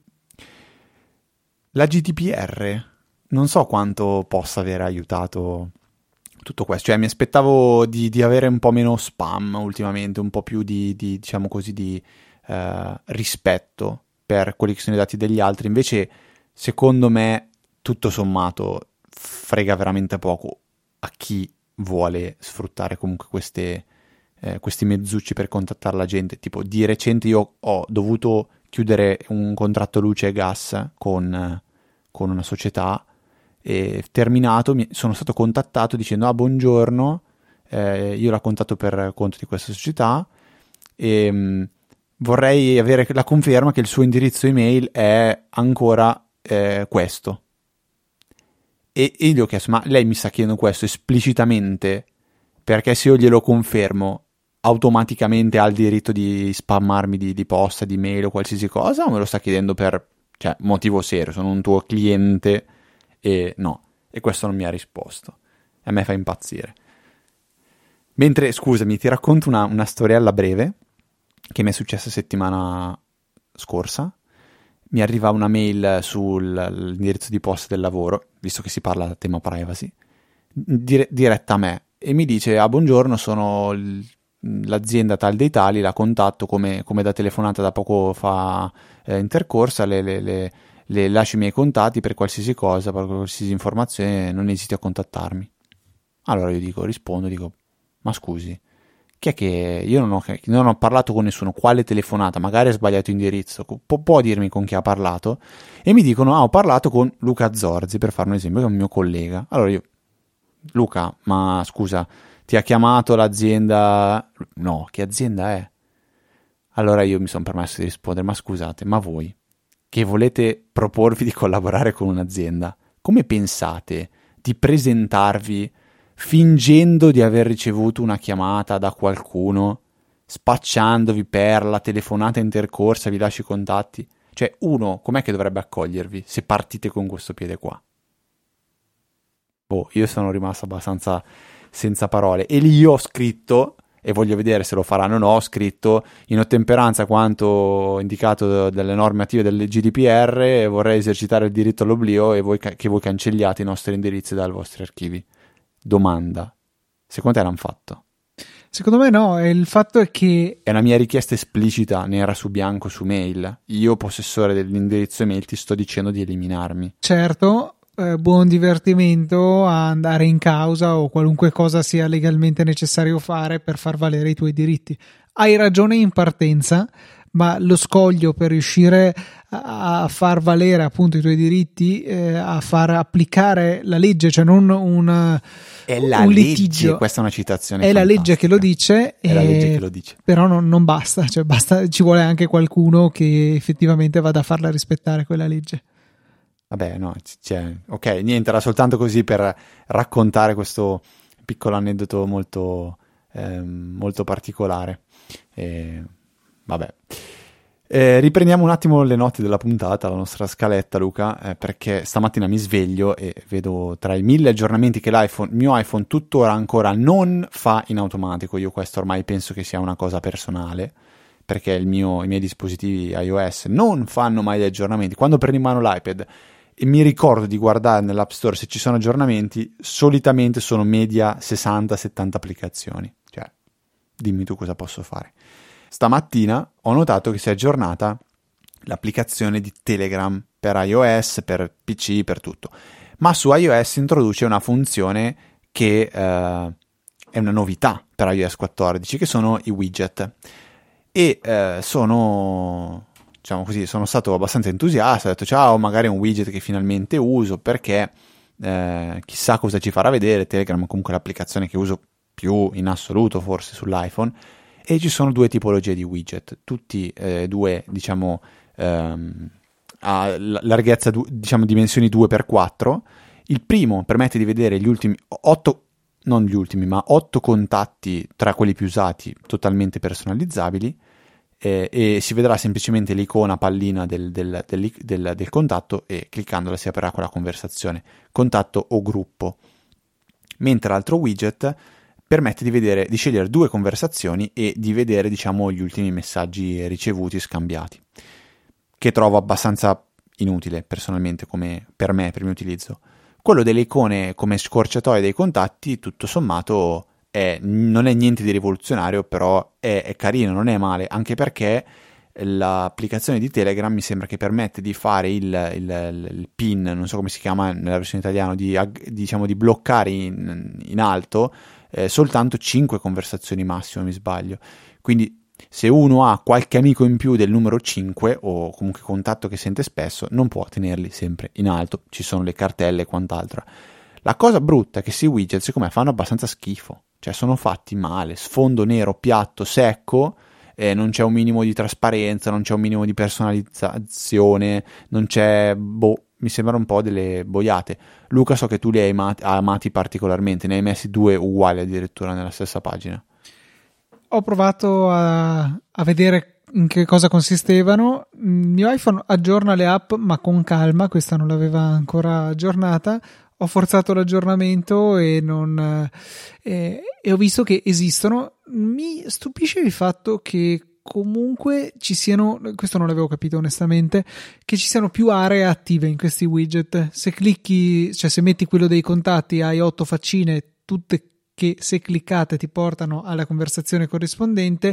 la G D P R non so quanto possa aver aiutato tutto questo, cioè mi aspettavo di, di avere un po' meno spam ultimamente, un po' più di, di diciamo così, di eh, rispetto per quelli che sono i dati degli altri. Invece secondo me tutto sommato frega veramente poco a chi vuole sfruttare comunque queste, eh, questi mezzucci per contattare la gente. Tipo, di recente io ho dovuto chiudere un contratto luce e gas con, con una società, e terminato mi, sono stato contattato dicendo ah buongiorno, eh, io la contatto per conto di questa società e mh, vorrei avere la conferma che il suo indirizzo email è ancora eh, questo. E, e gli ho chiesto, ma lei mi sta chiedendo questo esplicitamente perché se io glielo confermo automaticamente ha il diritto di spammarmi di, di posta, di mail o qualsiasi cosa, o me lo sta chiedendo per, cioè, motivo serio, sono un tuo cliente? E no, e questo non mi ha risposto. A me fa impazzire. Mentre, scusami, ti racconto una, una storiella breve che mi è successa settimana scorsa. Mi arriva una mail sull'indirizzo di posta del lavoro, visto che si parla del tema privacy, dire, diretta a me, e mi dice ah buongiorno, sono il, l'azienda tal dei tali, la contatto come, come da telefonata da poco fa eh, intercorsa, le, le, le, le lascio i miei contatti per qualsiasi cosa, per qualsiasi informazione, non esiti a contattarmi. Allora io dico, rispondo, dico, ma scusi, chi è che io non ho, non ho parlato con nessuno, quale telefonata, magari ha sbagliato indirizzo, Pu- può dirmi con chi ha parlato? E mi dicono, ah ho parlato con Luca Zorzi, per fare un esempio, che è un mio collega. Allora io, Luca, ma scusa, ti ha chiamato l'azienda? No, che azienda è? Allora io mi sono permesso di rispondere, ma scusate, ma voi che volete proporvi di collaborare con un'azienda, come pensate di presentarvi fingendo di aver ricevuto una chiamata da qualcuno spacciandovi per la telefonata intercorsa vi lascio i contatti. Cioè, uno, com'è che dovrebbe accogliervi se partite con questo piede qua? Boh, io sono rimasto abbastanza senza parole. E lì io ho scritto, e voglio vedere se lo faranno o no, ho scritto in ottemperanza a quanto indicato dalle normative del G D P R, vorrei esercitare il diritto all'oblio e voi, che voi cancelliate i nostri indirizzi dai vostri archivi. Domanda. Secondo te l'hanno fatto? Secondo me no, e il fatto è che... È una mia richiesta esplicita, nera su bianco, su mail. Io, possessore dell'indirizzo email, ti sto dicendo di eliminarmi. Certo, eh, buon divertimento a andare in causa o qualunque cosa sia legalmente necessario fare per far valere i tuoi diritti. Hai ragione in partenza, ma lo scoglio per riuscire a far valere appunto i tuoi diritti, eh, a far applicare la legge, cioè non un, è la un legge, litigio. Questa è una citazione è fantastica. la legge che lo dice, è e, la legge che lo dice. Però non, non basta, cioè basta, ci vuole anche qualcuno che effettivamente vada a farla rispettare quella legge. Vabbè, no, cioè, ok, niente, era soltanto così per raccontare questo piccolo aneddoto molto, eh, molto particolare. E, vabbè. Eh, riprendiamo un attimo le note della puntata, la nostra scaletta, Luca, eh, perché stamattina mi sveglio e vedo tra i mille aggiornamenti che l'iPhone, il mio iPhone tuttora ancora non fa in automatico. Io questo ormai penso che sia una cosa personale, perché il mio, i miei dispositivi iOS non fanno mai gli aggiornamenti. Quando prendo in mano l'iPad e mi ricordo di guardare nell'App Store se ci sono aggiornamenti, solitamente sono media sessanta settanta applicazioni. Cioè, dimmi tu cosa posso fare. Stamattina ho notato che si è aggiornata l'applicazione di Telegram per iOS, per P C, per tutto. Ma su iOS introduce una funzione che eh, è una novità per iOS quattordici, che sono i widget. E eh, sono, diciamo così, sono stato abbastanza entusiasta, ho detto ciao, magari è un widget che finalmente uso, perché eh, chissà cosa ci farà vedere. Telegram è comunque l'applicazione che uso più in assoluto forse sull'iPhone. E ci sono due tipologie di widget, tutti e eh, due, diciamo, ehm, a larghezza, diciamo, dimensioni due per quattro. Il primo permette di vedere gli ultimi otto, non gli ultimi, ma otto contatti tra quelli più usati, totalmente personalizzabili, eh, e si vedrà semplicemente l'icona pallina del, del, del, del, del contatto, e cliccandola si aprirà quella conversazione, contatto o gruppo. Mentre l'altro widget permette di vedere, di scegliere due conversazioni e di vedere, diciamo, gli ultimi messaggi ricevuti e scambiati, che trovo abbastanza inutile personalmente, come per me, per il mio utilizzo. Quello delle icone come scorciatoie dei contatti, tutto sommato, è, non è niente di rivoluzionario, però è, è carino, non è male, anche perché l'applicazione di Telegram mi sembra che permette di fare il, il, il pin, non so come si chiama nella versione italiana, di, diciamo, di bloccare in, in alto Eh, soltanto cinque conversazioni massimo, mi sbaglio. Quindi se uno ha qualche amico in più del numero cinque, o comunque contatto che sente spesso, non può tenerli sempre in alto, ci sono le cartelle e quant'altro. La cosa brutta è che questi widget, secondo me, fanno abbastanza schifo, cioè sono fatti male, sfondo nero, piatto, secco, eh, non c'è un minimo di trasparenza, non c'è un minimo di personalizzazione, non c'è, boh, mi sembrano un po' delle boiate. Luca, so che tu li hai amati, amati particolarmente, ne hai messi due uguali addirittura nella stessa pagina. Ho provato a, a vedere in che cosa consistevano. Il mio iPhone aggiorna le app, ma con calma, questa non l'aveva ancora aggiornata. Ho forzato l'aggiornamento e non eh, e ho visto che esistono. Mi stupisce il fatto che comunque ci siano, questo non l'avevo capito onestamente, che ci siano più aree attive in questi widget. Se clicchi, cioè se metti quello dei contatti, hai otto faccine, tutte che se cliccate ti portano alla conversazione corrispondente,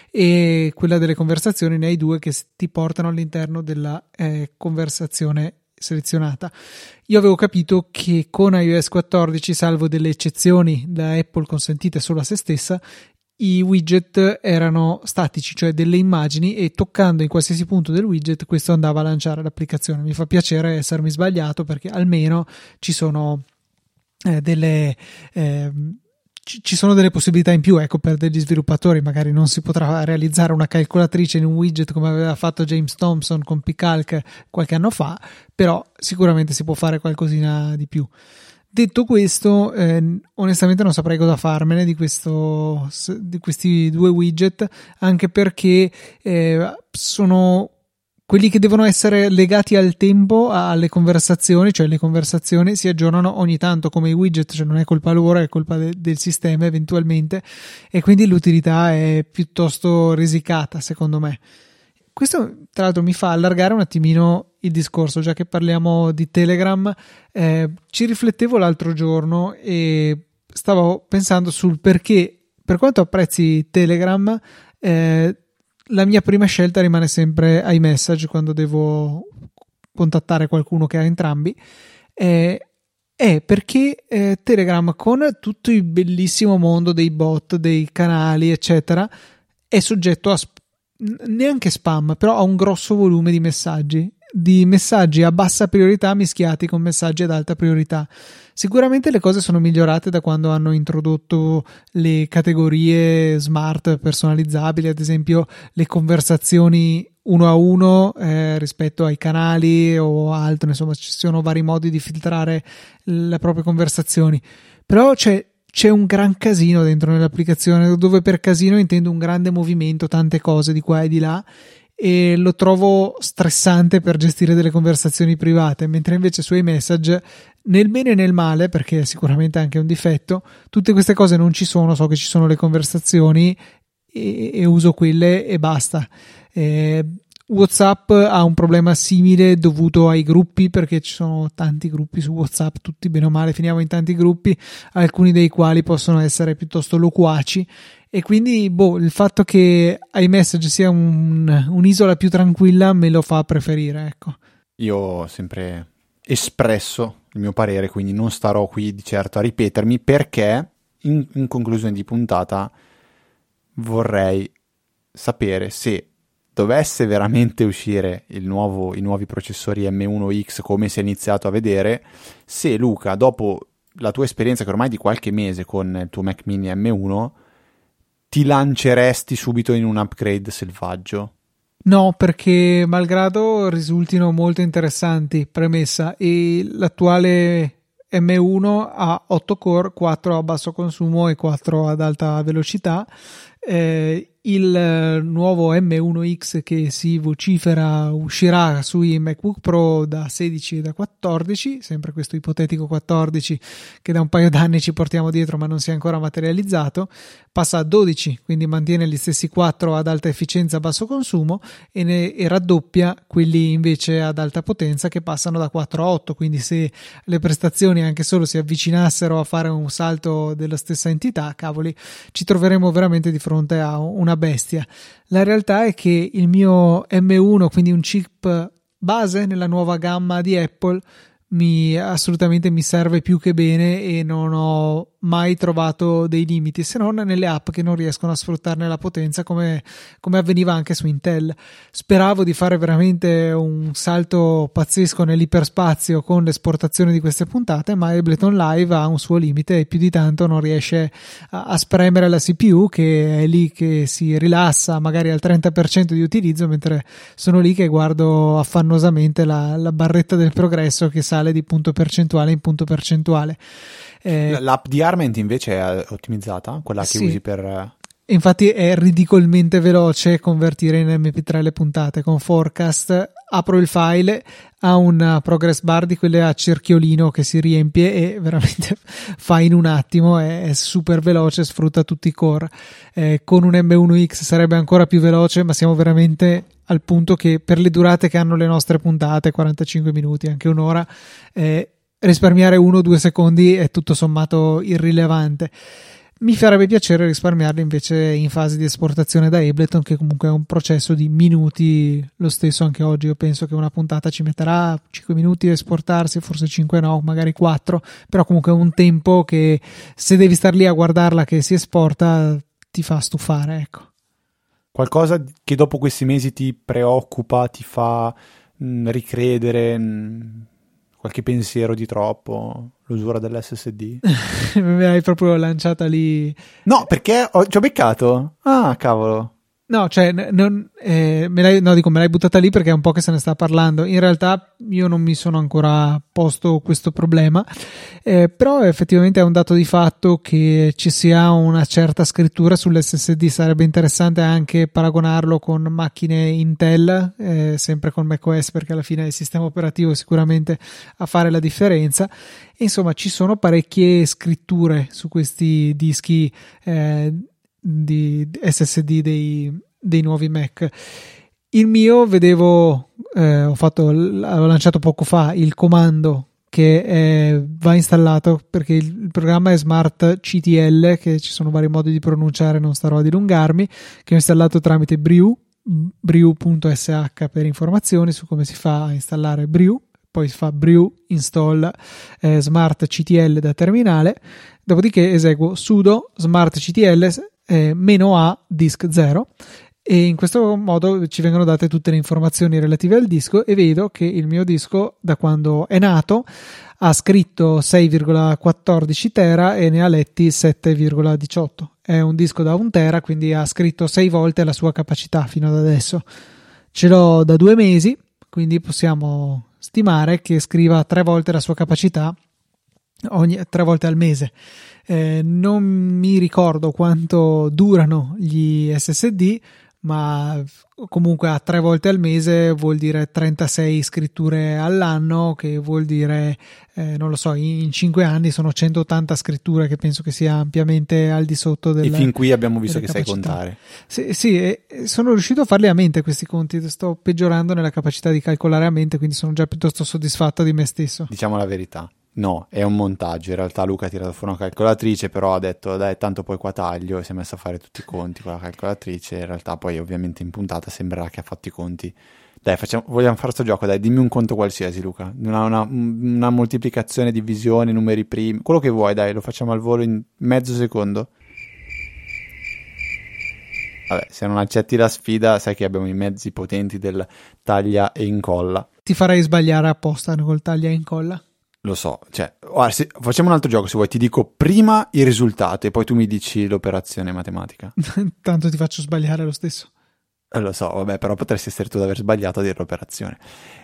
e quella delle conversazioni ne hai due che ti portano all'interno della eh, conversazione selezionata. Io avevo capito che con iOS quattordici, salvo delle eccezioni da Apple consentite solo a se stessa, i widget erano statici, cioè delle immagini, e toccando in qualsiasi punto del widget questo andava a lanciare l'applicazione. Mi fa piacere essermi sbagliato, perché almeno ci sono eh, delle eh, ci, ci sono delle possibilità in più, ecco, per degli sviluppatori. Magari non si potrà realizzare una calcolatrice in un widget come aveva fatto James Thompson con PCalc qualche anno fa, però sicuramente si può fare qualcosina di più. Detto questo, eh, onestamente non saprei cosa farmene di, questo, di questi due widget, anche perché eh, sono quelli che devono essere legati al tempo, alle conversazioni, cioè le conversazioni si aggiornano ogni tanto come i widget, cioè non è colpa loro, è colpa de- del sistema eventualmente, e quindi l'utilità è piuttosto risicata secondo me. Questo tra l'altro mi fa allargare un attimino il discorso, già che parliamo di Telegram. Eh, ci riflettevo l'altro giorno e stavo pensando sul perché, per quanto apprezzi Telegram, eh, la mia prima scelta rimane sempre iMessage quando devo contattare qualcuno che ha entrambi. Eh, è perché eh, Telegram, con tutto il bellissimo mondo dei bot, dei canali, eccetera, è soggetto a sp- neanche spam, però ha un grosso volume di messaggi, di messaggi a bassa priorità mischiati con messaggi ad alta priorità. Sicuramente le cose sono migliorate da quando hanno introdotto le categorie smart personalizzabili, ad esempio le conversazioni uno a uno eh, rispetto ai canali o altro, insomma ci sono vari modi di filtrare le proprie conversazioni, però c'è c'è un gran casino dentro nell'applicazione, dove per casino intendo un grande movimento, tante cose di qua e di là, e lo trovo stressante per gestire delle conversazioni private, mentre invece su iMessage, nel bene e nel male, perché è sicuramente anche un difetto, tutte queste cose non ci sono, so che ci sono le conversazioni e, e uso quelle e basta. Eh, WhatsApp ha un problema simile dovuto ai gruppi, perché ci sono tanti gruppi su WhatsApp, tutti bene o male finiamo in tanti gruppi, alcuni dei quali possono essere piuttosto loquaci, e quindi boh, il fatto che iMessage sia un, un'isola più tranquilla me lo fa preferire, ecco. Io ho sempre espresso il mio parere, quindi non starò qui di certo a ripetermi, perché in, in conclusione di puntata vorrei sapere se dovesse veramente uscire il nuovo, i nuovi processori M uno X come si è iniziato a vedere, se Luca, dopo la tua esperienza che ormai è di qualche mese con il tuo Mac Mini M uno, ti lanceresti subito in un upgrade selvaggio? No, perché malgrado risultino molto interessanti, premessa, e l'attuale M uno ha otto core, quattro a basso consumo e quattro ad alta velocità. Eh, il nuovo M uno X che si vocifera uscirà sui MacBook Pro da sedici e da quattordici, sempre questo ipotetico quattordici che da un paio d'anni ci portiamo dietro ma non si è ancora materializzato, passa a dodici, quindi mantiene gli stessi quattro ad alta efficienza a basso consumo e, ne, e raddoppia quelli invece ad alta potenza che passano da quattro a otto, quindi se le prestazioni anche solo si avvicinassero a fare un salto della stessa entità, cavoli, ci troveremo veramente di fronte a una bestia. La realtà è che il mio M uno, quindi un chip base nella nuova gamma di Apple, mi assolutamente mi serve più che bene e non ho mai trovato dei limiti, se non nelle app che non riescono a sfruttarne la potenza, come, come avveniva anche su Intel. Speravo di fare veramente un salto pazzesco nell'iperspazio con l'esportazione di queste puntate, ma Ableton Live ha un suo limite e più di tanto non riesce a, a spremere la C P U, che è lì che si rilassa magari al trenta per cento di utilizzo, mentre sono lì che guardo affannosamente la, la barretta del progresso che sale di punto percentuale in punto percentuale. Eh, L'app di Arment invece è ottimizzata, quella che sì. usi per... Infatti è ridicolmente veloce convertire in M P tre le puntate con Forecast. Apro il file, ha una progress bar di quelle a cerchiolino che si riempie e veramente fa in un attimo, è, è super veloce, sfrutta tutti i core. Eh, con un M uno X sarebbe ancora più veloce, ma siamo veramente al punto che per le durate che hanno le nostre puntate, quarantacinque minuti, anche un'ora, eh, risparmiare uno o due secondi è tutto sommato irrilevante. Mi farebbe piacere risparmiarli invece in fase di esportazione da Ableton, che comunque è un processo di minuti lo stesso anche oggi. Io penso che una puntata ci metterà cinque minuti a esportarsi, forse cinque no, magari quattro, però comunque è un tempo che, se devi star lì a guardarla che si esporta, ti fa stufare, ecco. Qualcosa che dopo questi mesi ti preoccupa, ti fa mh, ricredere, mh, qualche pensiero di troppo, l'usura dell'S S D? Mi hai proprio lanciata lì. No, perché ho, ci ho beccato. Ah, cavolo. No, cioè, non, eh, me l'hai, no, dico, me l'hai buttata lì perché è un po' che se ne sta parlando. In realtà io non mi sono ancora posto questo problema, eh, però effettivamente è un dato di fatto che ci sia una certa scrittura sull'S S D. Sarebbe interessante anche paragonarlo con macchine Intel, eh, sempre con macOS, perché alla fine è il sistema operativo sicuramente a fare la differenza. E, insomma, ci sono parecchie scritture su questi dischi eh, di S S D dei, dei nuovi Mac. Il mio vedevo, eh, ho fatto, l'ho lanciato poco fa il comando che è, va installato perché il, il programma è Smart C T L, che ci sono vari modi di pronunciare, non starò a dilungarmi, che ho installato tramite Brew, brew punto s h per informazioni su come si fa a installare Brew. Poi si fa brew install eh, smart C T L da terminale, dopodiché eseguo sudo smart C T L eh, meno a disk zero, e in questo modo ci vengono date tutte le informazioni relative al disco, e vedo che il mio disco, da quando è nato, ha scritto sei virgola quattordici tera e ne ha letti sette virgola diciotto. È un disco da un tera, quindi ha scritto sei volte la sua capacità fino ad adesso. Ce l'ho da due mesi, quindi possiamo stimare che scriva tre volte la sua capacità ogni tre volte al mese. Eh, non mi ricordo quanto durano gli S S D, ma comunque a tre volte al mese vuol dire trentasei scritture all'anno, che vuol dire eh, non lo so, in cinque anni sono centottanta scritture, che penso che sia ampiamente al di sotto del. E fin qui abbiamo visto che capacità. Sai contare. Sì, sì, e sono riuscito a farli a mente questi conti, sto peggiorando nella capacità di calcolare a mente, quindi sono già piuttosto soddisfatto di me stesso. Diciamo la verità. No, è un montaggio. In realtà Luca ha tirato fuori una calcolatrice, però ha detto dai, tanto poi qua taglio, e si è messo a fare tutti i conti con la calcolatrice. In realtà poi ovviamente in puntata sembrerà che ha fatto i conti. Dai, facciamo, vogliamo fare sto gioco, dai, dimmi un conto qualsiasi, Luca. Una, una, una moltiplicazione, divisione, numeri primi, quello che vuoi, dai, lo facciamo al volo in mezzo secondo. Vabbè, se non accetti la sfida, sai che abbiamo i mezzi potenti del taglia e incolla. Ti farei sbagliare apposta col taglia e incolla. Lo so, cioè, guarda, se, facciamo un altro gioco se vuoi, ti dico prima il risultato e poi tu mi dici l'operazione matematica. Tanto ti faccio sbagliare lo stesso. Eh, lo so, vabbè, però potresti essere tu ad aver sbagliato a dire l'operazione.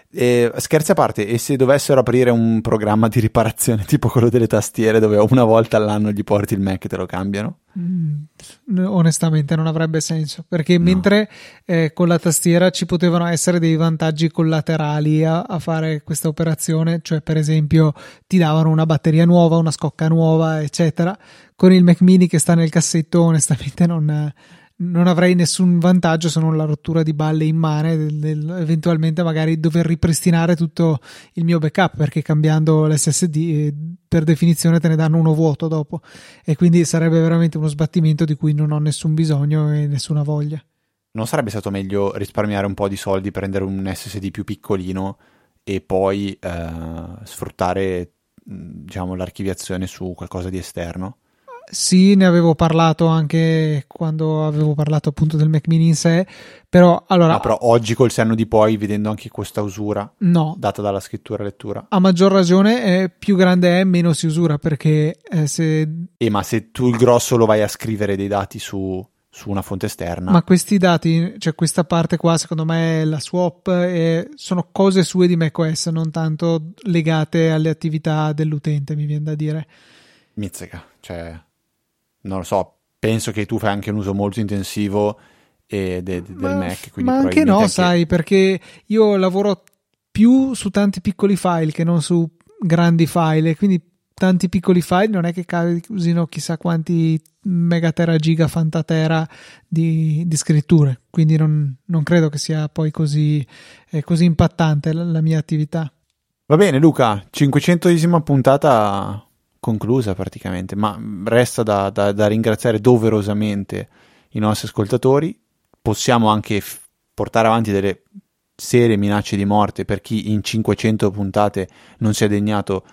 E, scherzi a parte, e se dovessero aprire un programma di riparazione tipo quello delle tastiere, dove una volta all'anno gli porti il Mac e te lo cambiano? Mm, onestamente non avrebbe senso, perché no. mentre eh, con la tastiera ci potevano essere dei vantaggi collaterali a, a fare questa operazione, cioè per esempio ti davano una batteria nuova, una scocca nuova, eccetera. Con il Mac Mini che sta nel cassetto, onestamente non... non avrei nessun vantaggio se non la rottura di balle immane del, del, eventualmente magari dover ripristinare tutto il mio backup, perché cambiando l'S S D eh, per definizione te ne danno uno vuoto dopo, e quindi sarebbe veramente uno sbattimento di cui non ho nessun bisogno e nessuna voglia. Non sarebbe stato meglio risparmiare un po' di soldi, prendere un S S D più piccolino e poi eh, sfruttare, diciamo, l'archiviazione su qualcosa di esterno? Sì, ne avevo parlato anche quando avevo parlato appunto del Mac Mini in sé, però allora... No, però oggi col senno di poi, vedendo anche questa usura no, data dalla scrittura e lettura. A maggior ragione, eh, più grande è, meno si usura, perché eh, se... Eh, ma se tu il grosso lo vai a scrivere dei dati su, su una fonte esterna... Ma questi dati, cioè questa parte qua, secondo me è la swap, e sono cose sue di macOS, non tanto legate alle attività dell'utente, mi viene da dire. Mizzica, cioè... non lo so, penso che tu fai anche un uso molto intensivo eh, de, de, ma, del Mac. Quindi ma anche no, anche... sai, perché io lavoro più su tanti piccoli file che non su grandi file, e quindi tanti piccoli file non è che causino chissà quanti megatera, giga, fantatera di, di scritture, quindi non, non credo che sia poi così, eh, così impattante la, la mia attività. Va bene Luca, cinquecentesima puntata conclusa praticamente, ma resta da, da, da ringraziare doverosamente i nostri ascoltatori. Possiamo anche f- portare avanti delle serie minacce di morte per chi in cinquecento puntate non si è degnato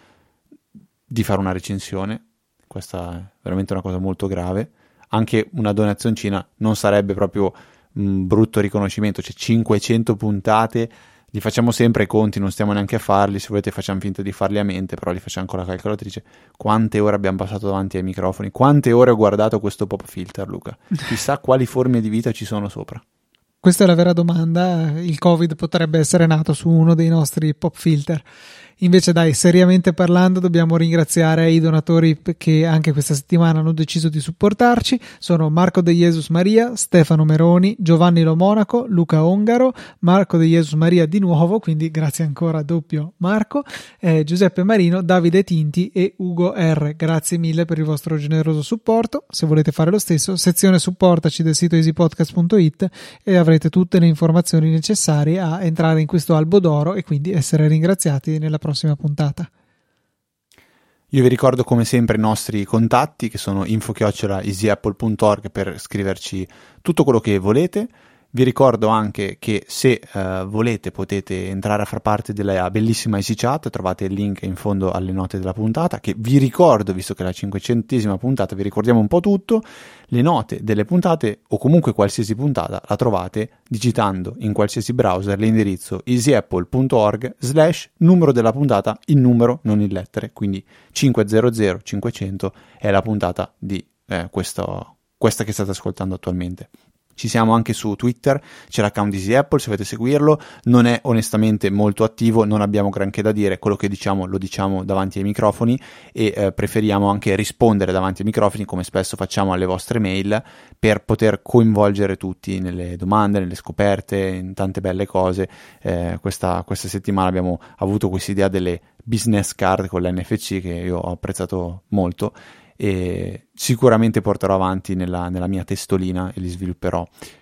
di fare una recensione. Questa è veramente una cosa molto grave. Anche una donazioncina non sarebbe proprio un brutto riconoscimento, cioè cinquecento puntate li facciamo sempre i conti, non stiamo neanche a farli, se volete facciamo finta di farli a mente, però li facciamo con la calcolatrice. Quante ore abbiamo passato davanti ai microfoni, quante ore ho guardato questo pop filter, Luca, chissà quali forme di vita ci sono sopra. Questa è la vera domanda. Il Covid potrebbe essere nato su uno dei nostri pop filter. Invece dai, seriamente parlando, dobbiamo ringraziare i donatori che anche questa settimana hanno deciso di supportarci. Sono Marco De Jesus Maria, Stefano Meroni, Giovanni Lo Monaco, Luca Ongaro, Marco De Jesus Maria di nuovo, quindi grazie ancora doppio Marco, eh, Giuseppe Marino, Davide Tinti e Ugo R. Grazie mille per il vostro generoso supporto. Se volete fare lo stesso, sezione supportaci del sito easypodcast punto it e avrete tutte le informazioni necessarie a entrare in questo albo d'oro e quindi essere ringraziati nella prossima puntata. Io vi ricordo come sempre i nostri contatti, che sono info chiocciola easyapple punto org, per scriverci tutto quello che volete. Vi ricordo anche che se uh, volete potete entrare a far parte della bellissima Easy Chat, trovate il link in fondo alle note della puntata, che vi ricordo, visto che è la cinquecentesima puntata, vi ricordiamo un po' tutto. Le note delle puntate, o comunque qualsiasi puntata, la trovate digitando in qualsiasi browser l'indirizzo easyapple punto org slash numero della puntata, in numero, non in lettere, quindi cinquecento cinquecento è la puntata di eh, questo, questa che state ascoltando attualmente. Ci siamo anche su Twitter, c'è l'account di Easy Apple, se volete seguirlo. Non è onestamente molto attivo, non abbiamo granché da dire, quello che diciamo lo diciamo davanti ai microfoni e eh, preferiamo anche rispondere davanti ai microfoni, come spesso facciamo alle vostre mail, per poter coinvolgere tutti nelle domande, nelle scoperte, in tante belle cose. Eh, questa, questa settimana abbiamo avuto questa idea delle business card con l'N F C che io ho apprezzato molto, e sicuramente porterò avanti nella, nella mia testolina e li svilupperò.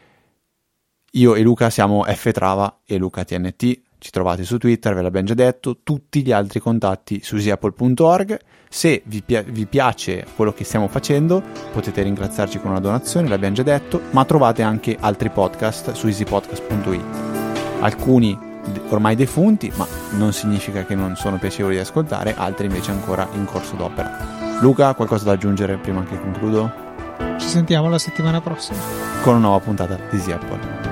Io e Luca siamo F Trava e Luca T N T, ci trovate su Twitter, ve l'abbiamo già detto, tutti gli altri contatti su easyapple punto org. Se vi, pi- vi piace quello che stiamo facendo potete ringraziarci con una donazione, l'abbiamo già detto, ma trovate anche altri podcast su easypodcast punto it, alcuni ormai defunti, ma non significa che non sono piacevoli da ascoltare, altri invece ancora in corso d'opera. Luca, qualcosa da aggiungere prima che concludo? Ci sentiamo la settimana prossima con una nuova puntata di Easy Apple.